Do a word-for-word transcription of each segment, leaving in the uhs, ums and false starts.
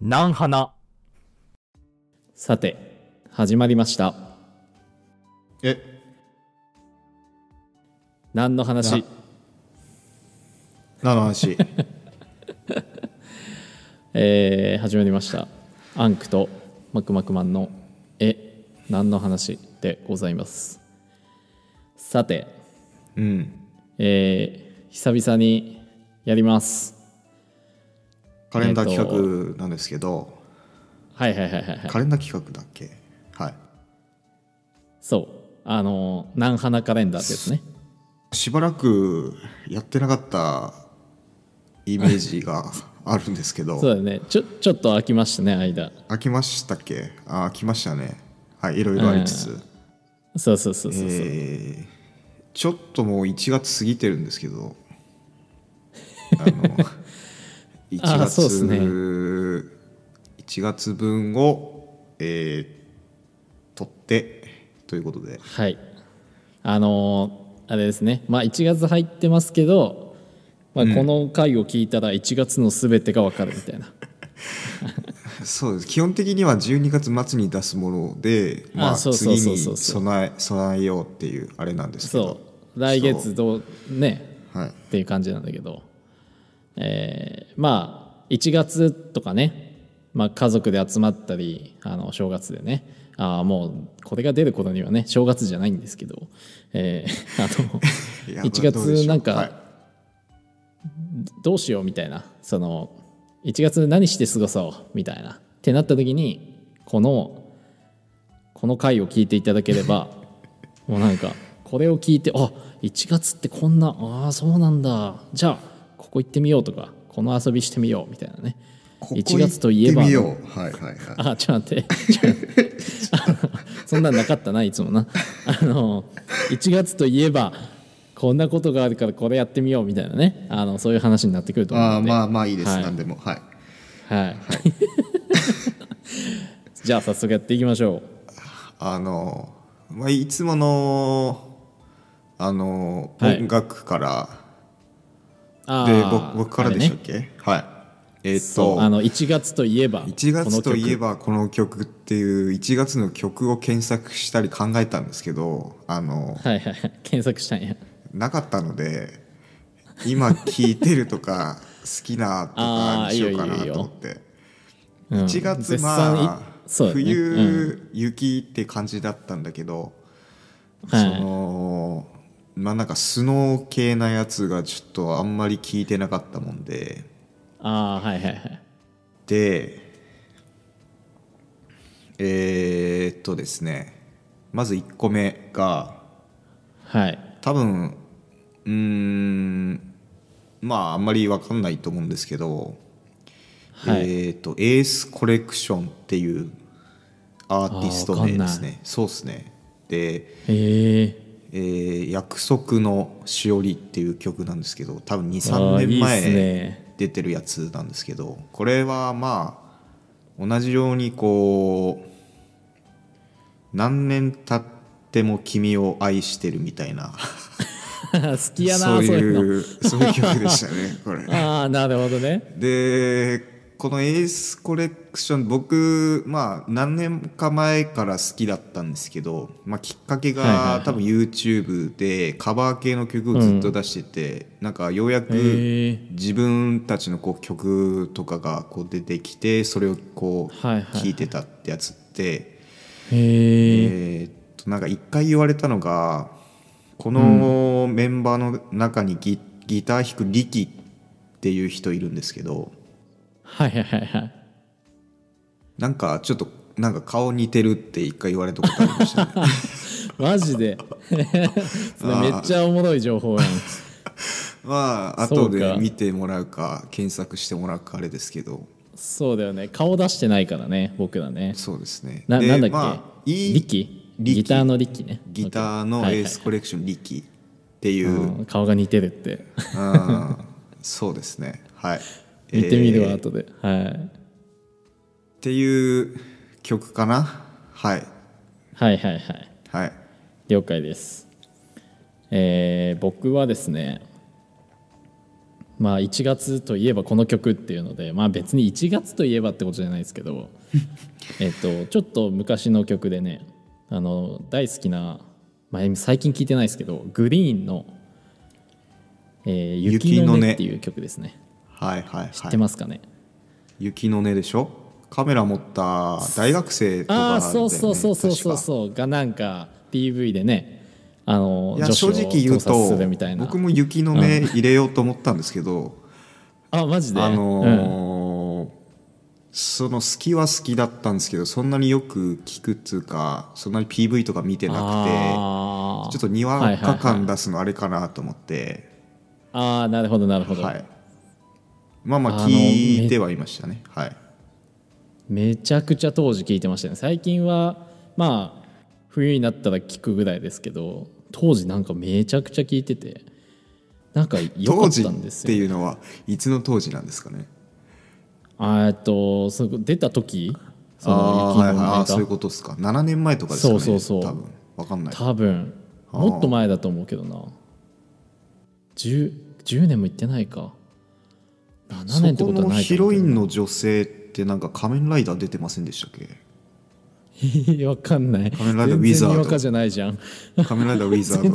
なんはな。 さて始まりました。 え何の話？ 何の話？ えー、始まりました。アンクとマクマクマンのえ何の話でございます。さて、 うんえー、久々にやります。 カレンダー企画なんですけど、 はいはいはいはい、はい、 カレンダー企画だっけ？はい。 そうあの何花カレンダーってやつね。 しばらくやってなかったイメージがあるんですけどそうだね、ちょちょっと空きましたね、間。 飽きましたっけ？あ、飽きましたね。はい、いろいろありつつ、 そうそうそうそうそう、 えー、ちょっともういちがつ過ぎてるんですけど、あのいちがつそうですね、 いちがつぶんを、えー、取ってということで、 はいあのーあれですね、まあいちがつ入ってますけど、まあ、この回を聞いたらいちがつのすべてが分かるみたいな、 そうです。基本的にはじゅうにがつ末に出すもので、まあ、 あそうそう次にそうそう備え備えようっていうあれなんですけど、 そう来月どうね、 はい、 っていう感じなんだけど、えー、まあいちがつとかね、まあ、家族で集まったりあの正月でね、あもうこれが出る頃にはね正月じゃないんですけど、えー、あいやのいちがどうでしょう。 つなんか、 はい、 どうしようみたいな、そのいちがつ何して過ごそうみたいなってなった時にこのこの回を聞いていただければもうなんかこれを聞いて、あいちがつってこんな、ああそうなんだ、じゃあここ行ってみようとかこの遊びしてみようみたいなね。 ここいちがつといえば行ってみよう。はいはいはい。 あちょっと待ってちょっと待ってあのそんなんなかったないつもな。あのいちがつといえばこんなことがあるからこれやってみようみたいなね、あのそういう話になってくると思うので、 あまあまあいいです、 はい、 何でも。はいはい、はい、じゃあ早速やっていきましょう。 あの、まあ、いつものあの、 はい、 音楽からあで 僕, 僕からでしたっけ、ね、はいえー、っとあのいちがつといえばいちがつといえばこの曲っていういちがつの曲を検索したり考えたんですけど、あの、 はいはいはい、検索したんや。 なかったので今聴いてるとか好きなとかにしようかなと思っていちがつまあ、ね、冬、うん、雪って感じだったんだけど、はい、そのまあなんかスノー系なやつがちょっとあんまり聞いてなかったもんで、 あはいはいはいでえー、っとですねまずいっこめが、 はい、 多分うーんまああんまり分かんないと思うんですけど、はい、えー、っとエースコレクションっていうアーティスト名ですね。そうですね。で、えー、約束のしおりっていう曲なんですけど、多分にさんねんまえ出てるやつなんですけど、これはまあ同じようにこう何年経っても君を愛してるみたいな好きやな、 そういうそういう曲でしたねこれ。 ああなるほどね。 でこのエースコレクション僕まあ何年か前から好きだったんですけど、まあ、きっかけが多分 YouTube でカバー系の曲をずっと出してて、うん、なんかようやく自分たちのこう曲とかがこう出てきてそれをこう聴いてたってやつって、えっとなんか一回言われたのがこのメンバーの中に ギ, ギター弾くリキっていう人いるんですけど、 はいはいはいはい、 なんかちょっとなんか顔似てるって一回言われたことありましたねマジでそれめっちゃおもろい情報やんまあ後で見てもらうか検索してもらうかあれですけど、 そうだよね、顔出してないからね僕らね。 そうですね。 ななんだっけ、 まあ、いいリキギターのリキね、 ギターのエースコレクションリキっていう、 はいはいうん、顔が似てるってあそうですね、はい、 見てみるわ後で、はい、 っていう曲かな、はい、 はいはいはいはい了解です。えー、僕はですねまあいちがつといえばこの曲っていうので、まあ別にいちがつといえばってことじゃないですけどえっとちょっと昔の曲でね、あの大好きな、まあ、最近聴いてないですけどグリーンの、えー「雪の音」っていう曲ですね。 はいはいはい。 知ってますかね。 雪の音でしょ。カメラ持った大学生とかだよね。 ああそうそうそうそうそうそうがなんか ピーブイ でね、あのいや女子を正直言う盗撮するとみたいな。 僕も雪の音入れようと思ったんですけど、 あマジであうんのーその好きは好きだったんですけど、そんなによく聞くっつうか、そんなに ピーブイ とか見てなくて、 あーちょっとにわはいはいはいか感出すのあれかなと思って、 あーなるほどなるほど、 はい、まあまああの聞いてはいましたね。はい。 めちゃくちゃ当時聞いてましたね。最近はまあ冬になったら聞くぐらいですけど、当時なんかめちゃくちゃ聞いてて、なんか良かっ当時ったんですよ。 ていうのはいつの当時なんですかね。 あえっとその出た時、そあのあはいはい、 雪の音あーそういうことですか。ななねんまえとかですかね。 そうそうそう多分わかんない。 多分もっと前だと思うけどな。 10, 10年も行ってないか。ななねんってことはないそと思うけどな。 このヒロインの女性ってなんか仮面ライダー出てませんでしたっけ。 わかんない。 仮面ライダーウィザード全然にわかじゃないじゃん。 仮面ライダーウィザード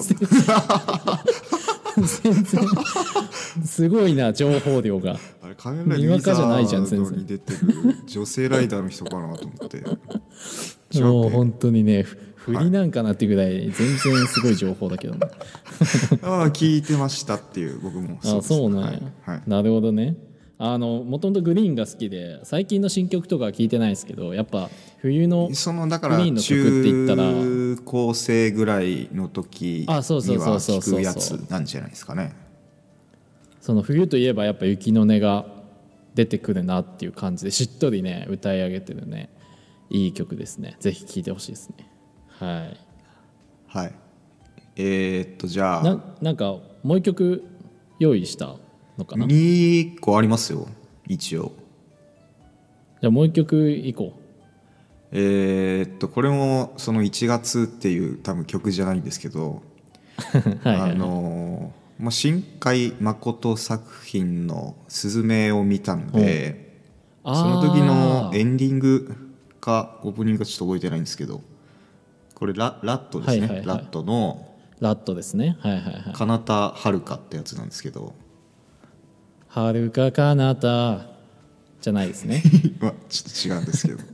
全然すごいな情報量が。 あれ仮面ライダーウィザにわかじゃないじゃんー全然ドに出てる女性ライダーの人かなと思って違うっけ。 もう本当にねふ振りなんかなってぐらい全然すごい情報だけどね。 ああ聞いてましたっていう僕もあそうね、 はいはい、 なるほどね。あのもともとグリーンが好きで最近の新曲とかは聞いてないですけど、やっぱ冬のそのだからグリーンの曲って言ったら中高生ぐらいの時にはあそうそうそうそうそう聞くやつなんじゃないですかね。 その冬といえばやっぱ雪の音が出てくるなっていう感じでしっとりね歌い上げてるねいい曲ですね。ぜひ聴いてほしいですね。はいはい。えー、っとじゃあななんかもう一曲用意したのかな。じにこありますよ一応。 ゃあもう一曲いこう。 えー、っとこれもそのいちがつっていう多分曲じゃないんですけどはいはいはい、 あのーまあ、新海誠作品の「すずめ」を見たので、その時のエンディングかオープニングかちょっと覚えてないんですけど、これ ラ, ラットですね、 はいはいはい、 ラットのラットですね。はいはいはい。 かなたはるかってやつなんですけどはるかかなたじゃないですね。 まあちょっと違うんですけど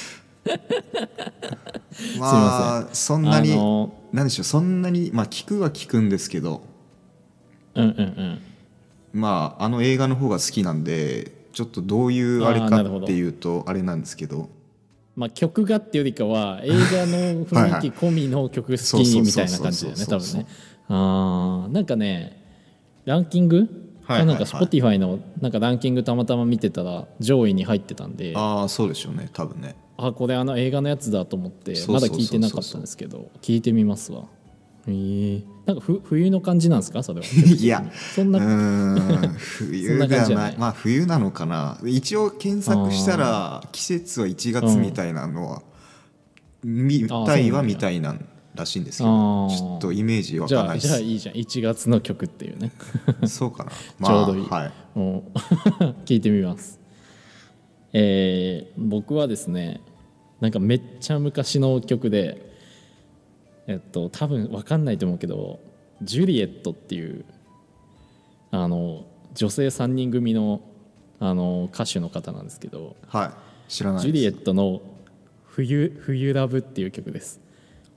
すいまません。 あそんなに、 あのなんでしょう、そんなにまあ聞くは聞くんですけど、 うんうんうんまああの映画の方が好きなんでちょっとどういうあれかっていうとあれなんですけど、 まあ曲がっていうよりかは映画の雰囲気込みの曲好きみたいな感じだよね多分ね。あなんかねランキングはいはいはいなんか Spotify のなんかランキングたまたま見てたら上位に入ってたんで、 ああそうでしょうね多分ね。 あこれあの映画のやつだと思ってまだそうそうそうそう聞いてなかったんですけど聞いてみますわ。へえなんかふ冬の感じなんですかそれは。 いやそんなうーん冬ではない、まあ冬なのかな。一応検索したら季節はいちがつみたいなのは見たいは見たいなんらしいんですけど、 あーちょっとイメージわじゃあかんないです。 じゃあいいじゃんいちがつの曲っていうね。 そうかな、まちあ、 ょうどいい、 はい、 もう聞いてみます。えー僕はですねなんかめっちゃ昔の曲でえっと多分分かんないと思うけどジュリエットっていうあの女性さんにん組のあの歌手の方なんですけど、 はい知らないです。 ジュリエットの冬「冬ラブ」っていう曲です。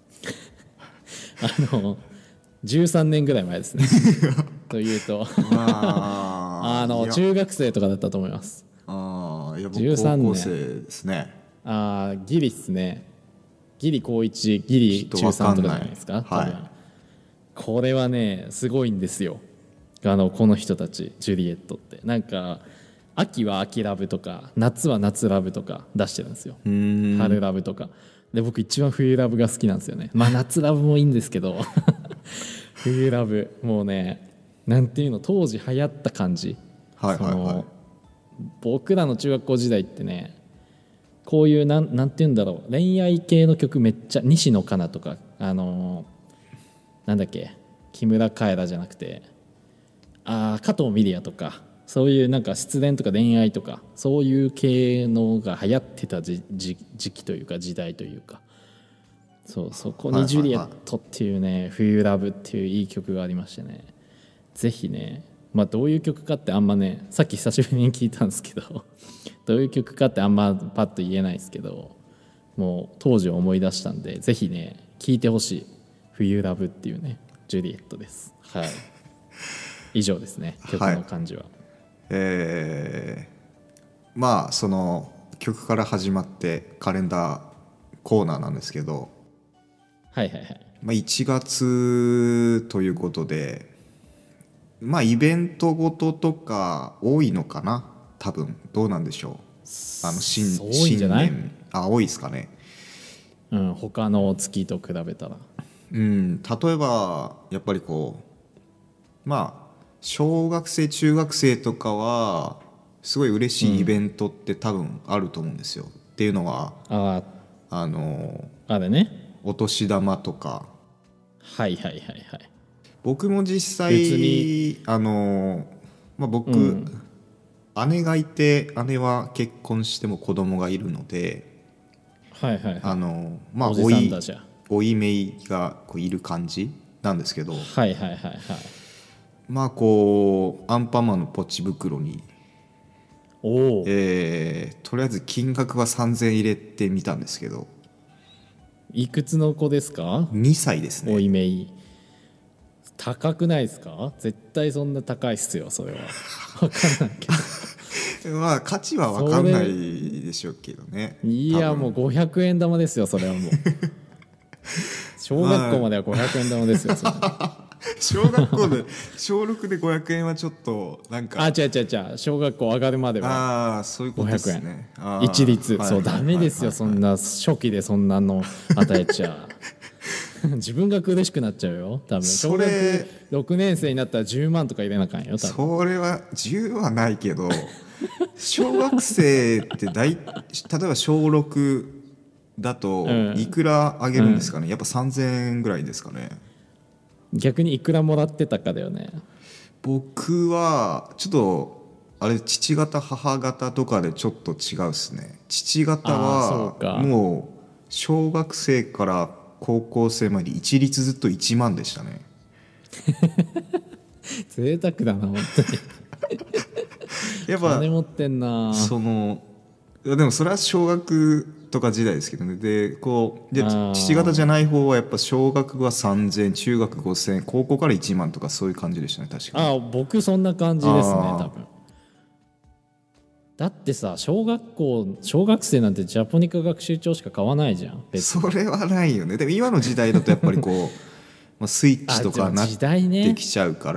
あのじゅうさんねんぐらい前ですねというとまああのいや中学生とかだったと思います。 あーいや僕じゅうさんねん高校生ですね。 あーギリっすね。ギリ高いちギリ中さんとかじゃないですか。 はい多分これはねすごいんですよ。あのこの人たちジュリエットってなんか秋は秋ラブとか夏は夏ラブとか出してるんですよ。 うーん春ラブとかで僕一番冬ラブが好きなんですよね。まあ夏ラブもいいんですけど冬ラブもうねなんていうの当時流行った感じ、 はいはいはいその僕らの中学校時代ってねこういうなんなんていうんだろう恋愛系の曲めっちゃ西野カナとかあのーなんだっけ木村カエラじゃなくてあー加藤ミリヤとかそういうなんか失恋とか恋愛とかそういう系のが流行ってた時時時期というか時代というか、そうそこに「ジュリエット」っていうね「冬ラブ」っていういい曲がありましてね、ぜひね、まあどういう曲かってあんまね、さっき久しぶりに聞いたんですけどどういう曲かってあんまパッと言えないですけど、もう当時を思い出したんでぜひね聴いてほしい「冬ラブ」っていうねジュリエットです。はい、以上ですね、曲の感じは。はい、 えー、まあその曲から始まってカレンダーコーナーなんですけど、 はいはいはい、 まあ、いちがつということで、まあイベントごととか多いのかな、多分。どうなんでしょう、あの新多いんじゃない？ 新年、あ、多いですかね。 うん、他の月と比べたら。 うん、例えばやっぱりこう、まあ小学生中学生とかはすごい嬉しいイベントって多分あると思うんですよ、うん、っていうのはああのあれね、 お年玉とか。 はいはいはいはい。 僕も実際あの、まあ、僕、うん、姉がいて、姉は結婚しても子供がいるので、 はいはいはい、 あのまあおいおいめいがこういる感じなんですけど、 はいはいはいはい、 まあこうアンパンマンのポチ袋にお、 えー、とりあえず金額はさんぜんえん入れてみたんですけど。 いくつの子ですか？ にさいですね。 おいめい高くないですか？絶対そんな高いっすよそれは。分かんないけどまあ価値は分かんないでしょうけどね。 いやもうごひゃくえん玉ですよそれはもう小学校まではごひゃくえん玉ですよそれ小学校で小ろくでごひゃくえんはちょっとなんか、 あ、違う違う違う、小学校上がるまではああそういうことですね、 一律、 はい、 そう、ダメですよ、そんな初期でそんなの与えちゃ自分が苦しくなっちゃうよ多分。小学ろくねん生になったらじゅうまんとか入れなあかんよ多分。 それはじゅうはないけど小学生って大例えば小ろくだといくらあげるんですかね、うん、やっぱさんぜんえんぐらいですかね。 逆にいくらもらってたかだよね。 僕はちょっとあれ父方母方とかでちょっと違うっすね。父方はもう小学生から高校生まで一律ずっといちまんでしたね贅沢だな本当にやっぱ金持ってんな。 そのでもそれは小学とか時代ですけどね。でこうで父方じゃない方はやっぱ小学はさんぜんえん、中学ごせんえん、高校からいちまんとかそういう感じでしたね確かに。 ああ僕そんな感じですね多分。だってさ小学校小学生なんてジャポニカ学習帳しか買わないじゃん別に。 それはないよね。でも今の時代だとやっぱりこうまあスイッチとかなってきちゃうから、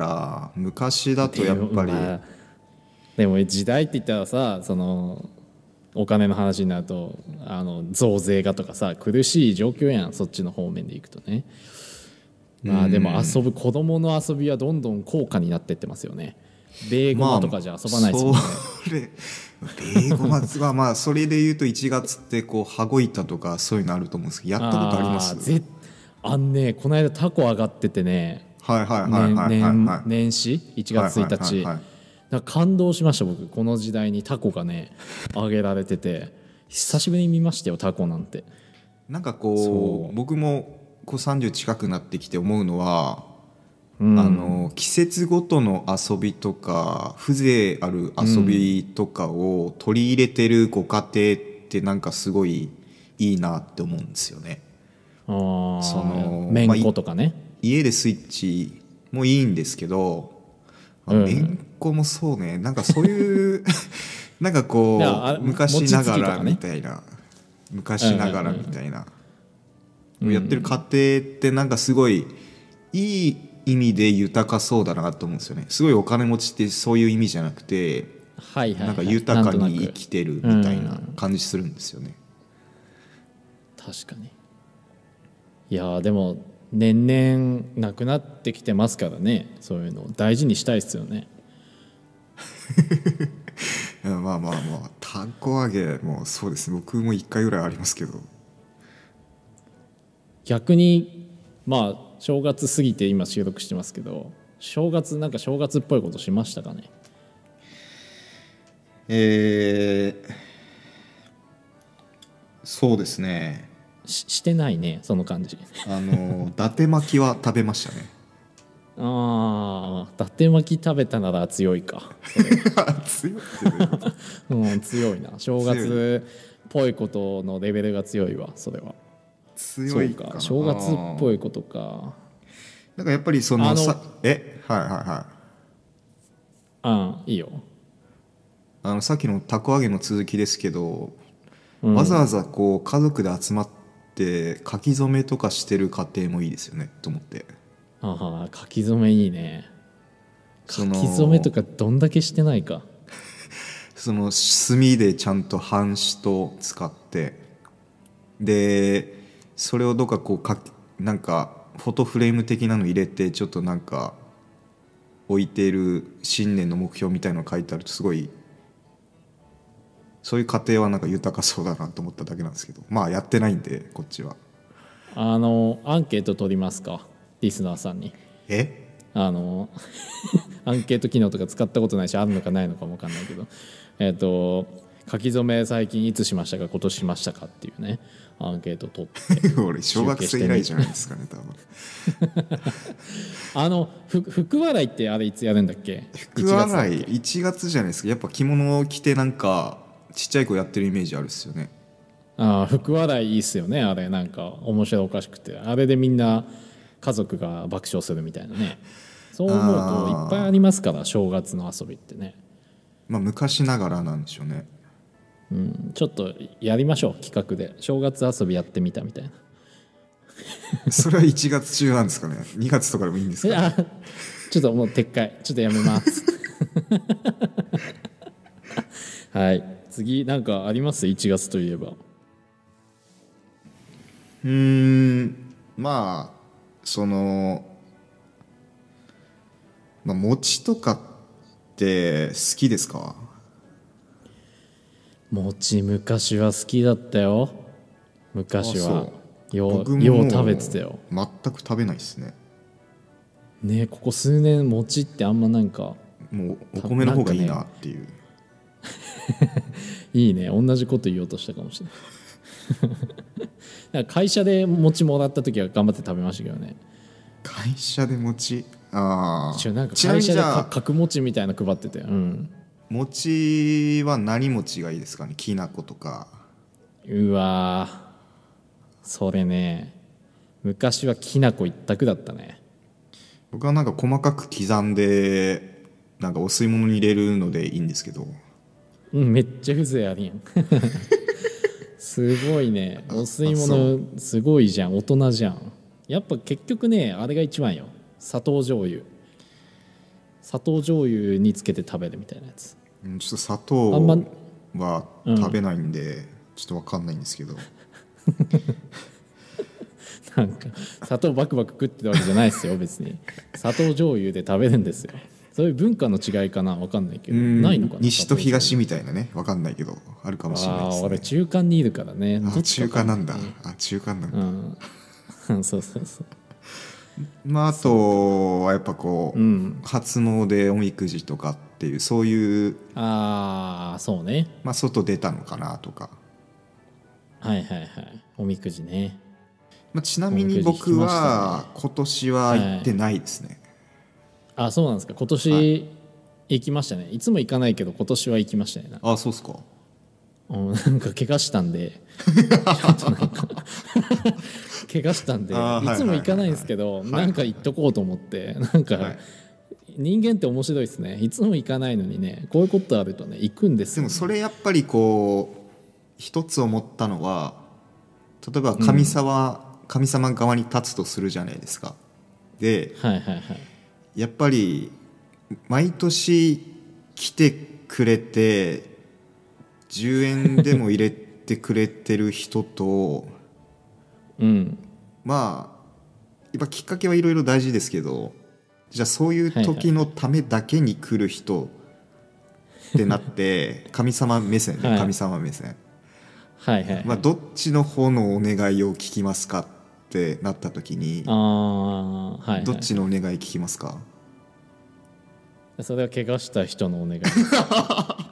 ね、昔だとやっぱりでも、まあ、 でも時代って言ったらさそのお金の話になるとあの増税がとかさ苦しい状況やんそっちの方面でいくとね。まあでも遊ぶ子供の遊びはどんどん高価になってってますよね。ベーゴマとかじゃ遊ばないですもんね、まあ、それベーゴマはまあそれでいうといちがつってこう羽子板とかそういうのあると思うんですけど、やったことあります？ ああんねこの間タコ上がっててね、 はいはいはいはいはい、 年始いちがつついたち、なんか感動しました僕。この時代にタコがね上げられてて久しぶりに見ましたよタコなんて。 なんかこう僕もこうさんじゅう近くなってきて思うのは、うん、あの季節ごとの遊びとか風情ある遊びとかを取り入れてるご家庭ってなんかすごいいいなって思うんですよね。 あそのめんことかね、まあ、 家でスイッチもいいんですけど、まあ、めんこもそうね、なんかそういうなんかこう昔ながらみたいな、昔ながらみたいなやってる家庭ってなんかすごいいい意味で豊かそうだなと思うんですよね。すごいお金持ちってそういう意味じゃなくて、 はいはいはい、 なんか豊かに生きてるみたいな感じするんですよね。 確かに。いやでも年々なくなってきてますからね、そういうの大事にしたいですよねいやまあまあまあたこ揚げもそうですね、僕もいっかいぐらいありますけど。 逆にまあ正月過ぎて今収録してますけど、正月なんか正月っぽいことしましたかね？ えー、そうですね。 ししてないねその感じ。 あの伊達巻きは食べましたね。 ああ、伊達巻き食べたなら強いか。 強いってどういうこと？ うん、強いな。正月っぽいことのレベルが強いわ、それは。 強いかな。 そうか、正月っぽいことか。 なんかやっぱりそのあのさえはいはいはい。 ああ、いいよ。 あのさっきのたこ揚げの続きですけど、 うん、 わざわざこう家族で集まって書き初めとかしてる家庭もいいですよねと思って。 ああ、書き初めいいね。書そのき初めとかどんだけしてないか。 その墨でちゃんと半紙と使って、でそれをどっかこうかなんかフォトフレーム的なの入れてちょっとなんか置いている新年の目標みたいの書いてあるとすごい、そういう家庭はなんか豊かそうだなと思っただけなんですけど、まあやってないんでこっちは。 あのアンケート取りますか、リスナーさんに。 えあのアンケート機能とか使ったことないし、あるのかないのかも分かんないけど、えっと書き初め最近いつしましたか、今年しましたかっていうね、アンケート取って俺小学生以来じゃないですかね多分。 あのふ福笑いってあれいつやるんだっけ？ 福笑いいちがつじゃないですか。やっぱ着物を着てなんかちっちゃい子やってるイメージあるっすよね。 ああ、福笑いいいっすよね。あれなんか面白おかしくて、あれでみんな家族が爆笑するみたいなね。そう思うといっぱいありますから、正月の遊びってね。 まあ昔ながらなんでしょうね。 うん、ちょっとやりましょう、企画で正月遊びやってみたみたいな。 それはいちがつ中なんですかね。にがつとかでもいいんですか、ね、 あちょっともう撤回、ちょっとやめますはい、次なんかあります？いちがつといえば。 うーんまあその、まあ、餅とかって好きですか？ 餅昔は好きだったよ。昔はよ僕もうよう食べてたよ。 全く食べないですね。 ね、ここ数年餅ってあんまなんか、 もうお米の方がいいなっていう、ね、 いいね、同じこと言おうとしたかもしれないなんか会社で餅もらった時は頑張って食べましたけどね。 会社で餅、ああ、なんかちなみ会社でにじゃあ角餅みたいなの配ってて、うん、 餅は何餅がいいですかね？きな粉とか。 うわそれね、昔はきな粉一択だったね。 僕はなんか細かく刻んでなんかお吸い物に入れるのでいいんですけど。 うん、めっちゃ風情あるやんすごいね、お吸い物すごいじゃん、大人じゃん。やっぱ結局ね、あれが一番よ、砂糖醤油砂糖醤油につけて食べるみたいなやつ。 うんちょっと砂糖あんまは食べないんで、ちょっと分かんないんですけどなんか砂糖バクバク食ってるわけじゃないですよ別に。砂糖醤油で食べるんですよ。そういう文化の違いかな、分かんないけど、ないのかな。 西と東みたいなね、分かんないけどあるかもしれないですね。 ああ、俺中間にいるからね。 あ中間なんだ。 ね、 あ中間なんだ、 うん、そうそうそう。 まああとはやっぱこう、 うん、 初詣おみくじとかっていうそういう、 ああそうね、 まあ外出たのかなとか。 はいはいはい、おみくじね。 まあ、ちなみに僕は今年は行ってないですね。 はい、あ、そうなんですか。今年行きましたね。いつも行かないけど今年は行きましたね。 あ、そうっすか。 うん、なんか怪我したんでちょっとなんか怪我したんでいつも行かないんですけど、なんか行っとこうと思って、なんか、はい、人間って面白いですね。いつも行かないのにね、こういうことあるとね行くんですよ、ね。 でもそれやっぱりこう一つ思ったのは、例えば神様、うん、神様側に立つとするじゃないですか。で、 はいはいはい、 やっぱり毎年来てくれてじゅうえんでも入れてくれてる人とうん、 まあやっぱきっかけはいろいろ大事ですけど、じゃあそういう時のためだけに来る人ってなって、神様目線で、神様目線、 はいはいはい、 まあ、どっちの方のお願いを聞きますかってなった時に、 あ、はいはい、 どっちのお願い聞きますか？ それは怪我した人のお願い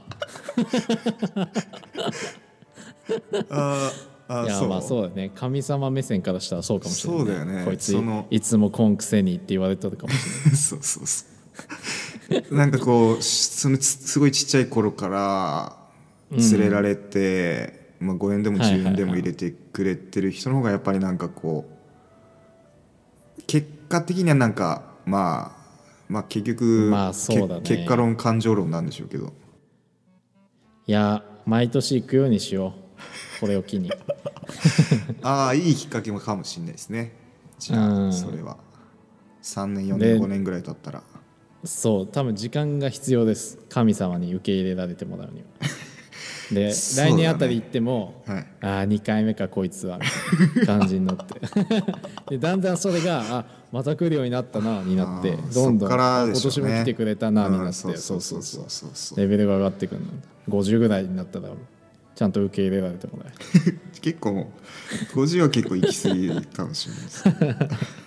ああいやそうまあそうだね、神様目線からしたらそうかもしれない、 そうだよねこいつそのいつもこんくせにって言われてるかもしれないそうそうそうなんかこうそのつすごいちっちゃい頃から連れられて、まあ、ごえんでもじゅうえんでも入れてくれてる人の方がやっぱりなんかこう結果的にはなんかまあまあ結局、 まあそうだねけ結果論感情論なんでしょうけどいや毎年行くようにしようこれを機にああいいきっかけもかもしれないですねじゃあ、 うんそれはさんねんよねんでごねんぐらい経ったらそう多分時間が必要です、神様に受け入れられてもらうにはで、 そうだね来年あたり行っても、 はいああにかいめかこいつはみたいな感じになってでだんだんそれがあまた来るようになったなになってあーどんどん、 そっから今でしょうね年も来てくれたなになって、 うんそうそうそうそうそうそうレベルが上がってくるんだごじゅうぐらいになったらちゃんと受け入れられてもらえる結構ごじゅうは結構行き過ぎかもしれないですね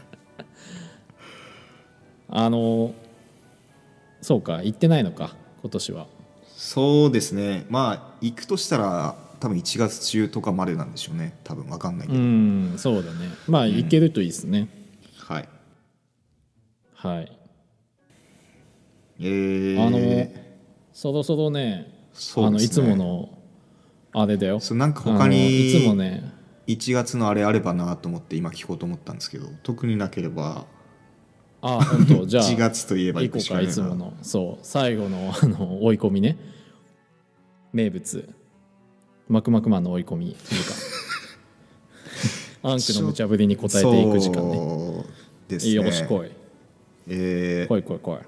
あのそうか行ってないのか今年は。 そうですねまあ行くとしたら多分いちがつ中とかまでなんでしょうね多分分かんないけうど、 んそうだねまあ行けるといいですね、 はいはいえー、 あのそろそろねそうですねあのいつものあれだよそうなんか他あのにいつもねいちがつのあれあればなと思って今聞こうと思ったんですけど特になければあ本当じゃあいちがつといえば行こうかいつものそう最後のあの追い込みね名物マクマクマンの追い込みいいかアンクの無茶ぶりに答えていく時間ねそうですねよし来いえー、 来い来い来い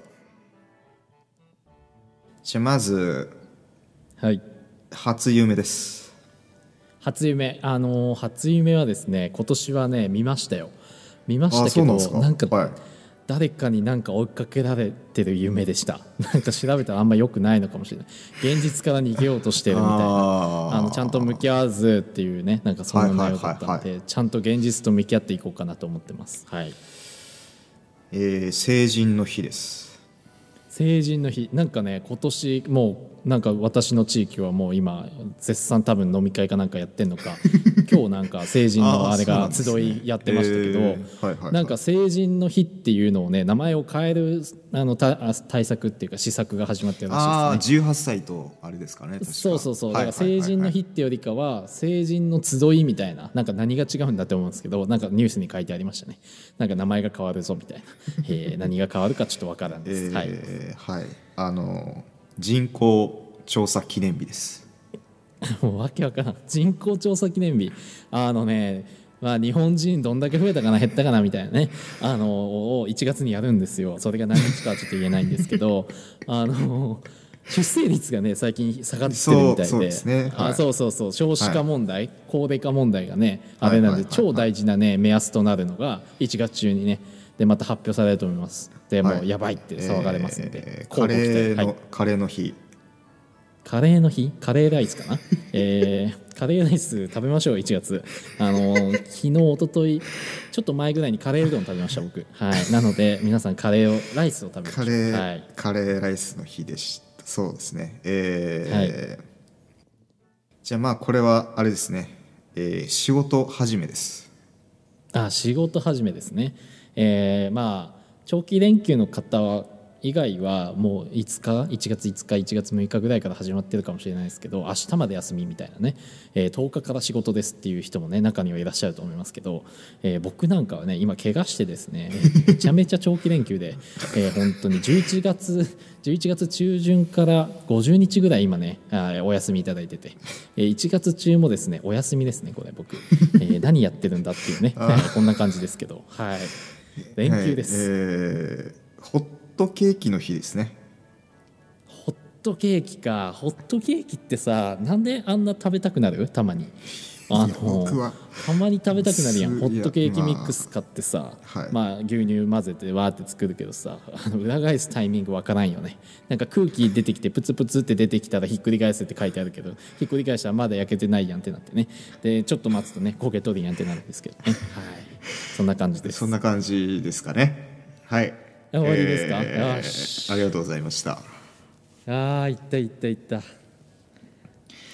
じゃあまずはい初夢です初夢あのー初夢はですね今年はね見ましたよ見ましあたけどそうなんですかなんか、 はい誰かになんか追いかけられてる夢でしたなんか調べたらあんま良くないのかもしれない現実から逃げようとしてるみたいなあーあのちゃんと向き合わずっていうねなんかそんな内容だったのはいはいはいでちゃんと現実と向き合っていこうかなと思ってますはいえー、成人の日です成人の日なんかね今年もうなんか私の地域はもう今絶賛多分飲み会かなんかやってんのか今日なんか成人のあれが集いやってましたけど、 えーはいはいはいなんか成人の日っていうのをね名前を変えるあのたあ対策っていうか施策が始まってるらしいですね。 ああじゅうはっさいとあれですかね確かそうそうそうだからはいはいはいはい成人の日ってよりかは成人の集いみたいななんか何が違うんだって思うんですけどなんかニュースに書いてありましたねなんか名前が変わるぞみたいな、えー何が変わるかちょっとわからんです、 えーはいはいあの人口調査記念日ですもうわけわからん人口調査記念日あのねまあ日本人どんだけ増えたかな減ったかなみたいなねあのをいちがつにやるんですよそれが何日かはちょっと言えないんですけどあの出生率がね最近下がってるみたいでそうそうですねはいあそうそうそう少子化問題、高齢化問題がねはいあれなんではいはいはい超大事なね目安となるのがいちがつ中にねでまた発表されると思いますでもうやばいって騒がれますんで、 えー交互期待カレーの、 はいカレーの日カレーの日カレーライスかな、えー、カレーライス食べましょういちがつあのー昨日一昨日ちょっと前ぐらいにカレーうどん食べました僕はいなので皆さんカレーをライスを食べましょうカレー、 はい、 カレーライスの日でしたそうですねえーじゃあまあこれはあれですね、えー仕事始めですあ仕事始めですねえー、まあ長期連休の方は以外はもういつかいちがついつかいちがつむいかぐらいから始まってるかもしれないですけど明日まで休みみたいなね、えー、とおかから仕事ですっていう人もね中にはいらっしゃると思いますけど、えー、僕なんかはね今怪我してですねめちゃめちゃ長期連休で、えー、本当にじゅういちがつじゅういちがつ中旬からごじゅうにちぐらい今ねあお休みいただいてて、えー、いちがつ中もですねお休みですねこれ僕、えー、何やってるんだっていうね、えーこんな感じですけどはい連休です、 はいえーホットケーキの日ですねホットケーキかホットケーキってさなんであんな食べたくなるたまにあの僕はたまに食べたくなるやんすホットケーキミックス買ってさ、 まあはいまあ、牛乳混ぜてわーって作るけどさあの裏返すタイミングわからんよねなんか空気出てきてプツプツって出てきたらひっくり返すって書いてあるけどひっくり返したらまだ焼けてないやんってなってねでちょっと待つとね焦げとるやんってなるんですけどねはいそんな感じですそんな感じですかねはい終わりですかえーよしありがとうございましたあーいったいったいった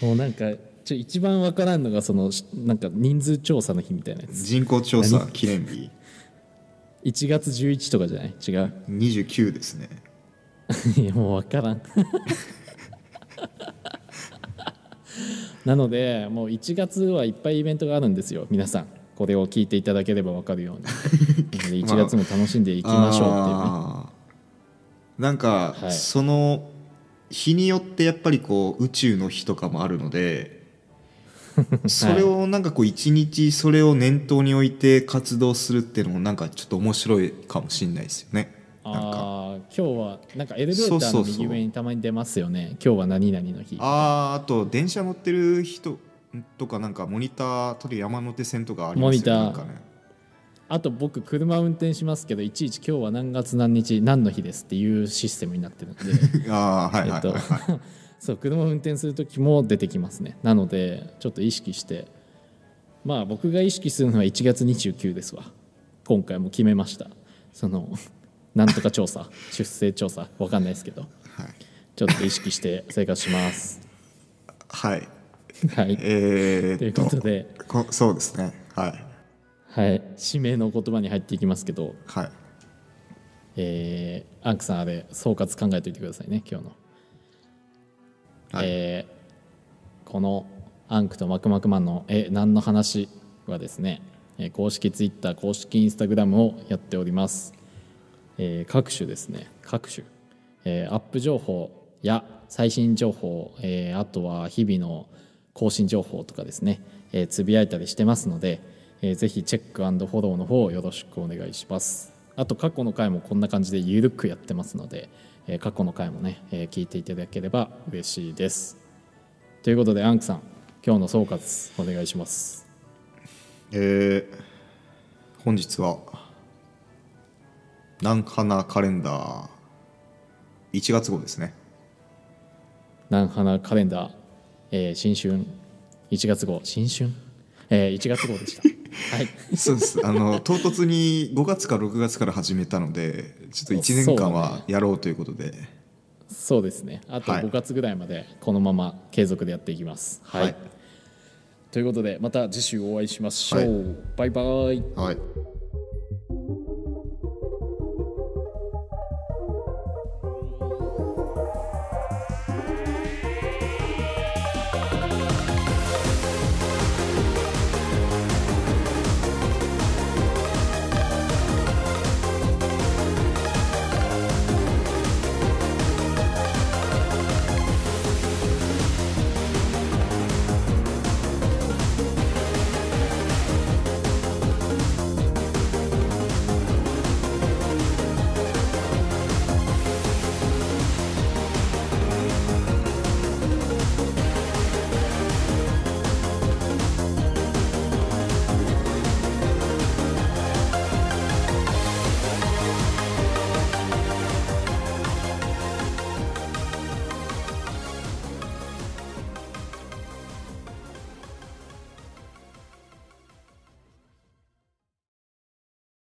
もうなんかちょ一番わからんのがそのなんか人数調査の日みたいなやつ。 人口調査記念日いちがつじゅういちとかじゃない？違う？ にじゅうくですね。 いやもうわからんなのでもういちがつはいっぱいイベントがあるんですよ。皆さんこれを聞いていただければ分かるようになのでいちがつも楽しんでいきましょうっていうね、 あーなんか、 はいその日によってやっぱりこう宇宙の日とかもあるのでそれをなんかこう一日それを念頭に置いて活動するっていうのもなんかちょっと面白いかもしれないですよね。なんかああ今日はなんかエレベーターのそうそうそう右上にたまに出ますよね。今日は何々の日。 あーあと電車乗ってる人とかなんかモニター取る山手線とかありますよね。 モニターなんかねあと僕車運転しますけどいちいち今日は何月何日何の日ですっていうシステムになってるんでああはいはいえっとはいはいそう車を運転する時も出てきますね。なのでちょっと意識してまあ僕が意識するのはいちがつにじゅうくですわ。今回も決めました。そのなんとか調査出生調査わかんないですけどはいちょっと意識して生活しますはいはいえー、 というっとことで、 こそうですねはいはい締めの言葉に入っていきますけど、 はいえー、アンクさんあれ総括考えておいてくださいね今日の、 はいえーこのアンクとマクマクマンのえ何の話はですね、えー公式ツイッター公式インスタグラムをやっております。えー各種ですね各種、えーアップ情報や最新情報、えーあとは日々の更新情報とかですね、えーつぶやいたりしてますので、えーぜひチェック&フォローの方よろしくお願いします。あと過去の回もこんな感じでゆるくやってますので、えー過去の回もね、えー聞いていただければ嬉しいです。ということでアンクさん今日の総括お願いします。 えー本日は南花カレンダーいちがつ号ですね。 南花カレンダー、えー新春いちがつ号新春、えーいちがつ号でしたはいそうですあの唐突にごがつかろくがつから始めたのでちょっといちねんかんはやろうということで、 そうですねあとはいごがつぐらいまでこのまま継続でやっていきます、はいはいということでまた次週お会いしましょう、 はいバイバイ。 はい